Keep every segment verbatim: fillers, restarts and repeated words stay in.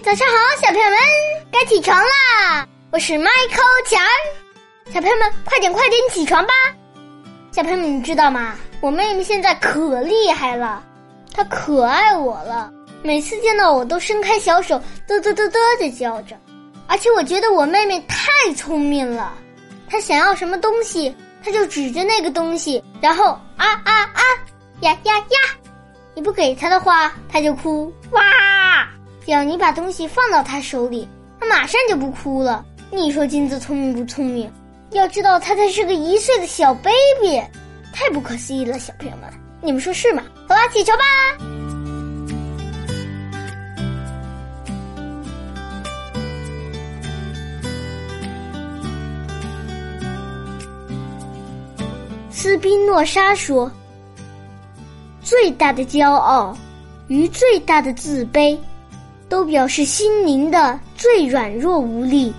早上好，小朋友们，该起床啦！我是 Michael 强，小朋友们快点快点起床吧！小朋友们，你知道吗？我妹妹现在可厉害了，她可爱我了，每次见到我都伸开小手，嘚嘚嘚嘚地叫着。而且我觉得我妹妹太聪明了，她想要什么东西，她就指着那个东西，然后啊啊啊，呀呀呀！你不给她的话，她就哭，哇！只要你把东西放到她手里，她马上就不哭了。你说金子聪明不聪明？要知道她才是个一岁的小 baby， 太不可思议了，小朋友们，你们说是吗？好啦，起床吧！斯宾诺莎说，最大的骄傲与最大的自卑都表示心灵的最软弱无力。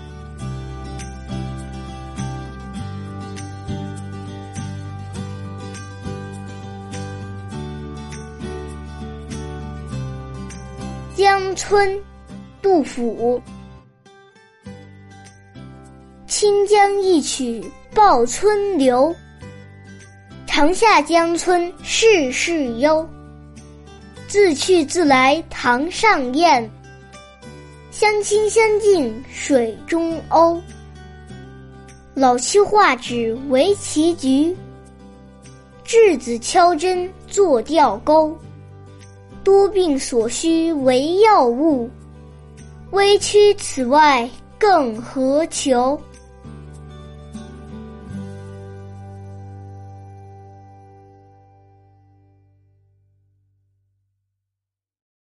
江村，杜甫。清江一曲报春流，长下江村事事忧。自去自来堂上燕，相亲相近水中鸥。老妻画纸为棋局，稚子敲针作钓钩。多病所需为药物，微躯此外更何求？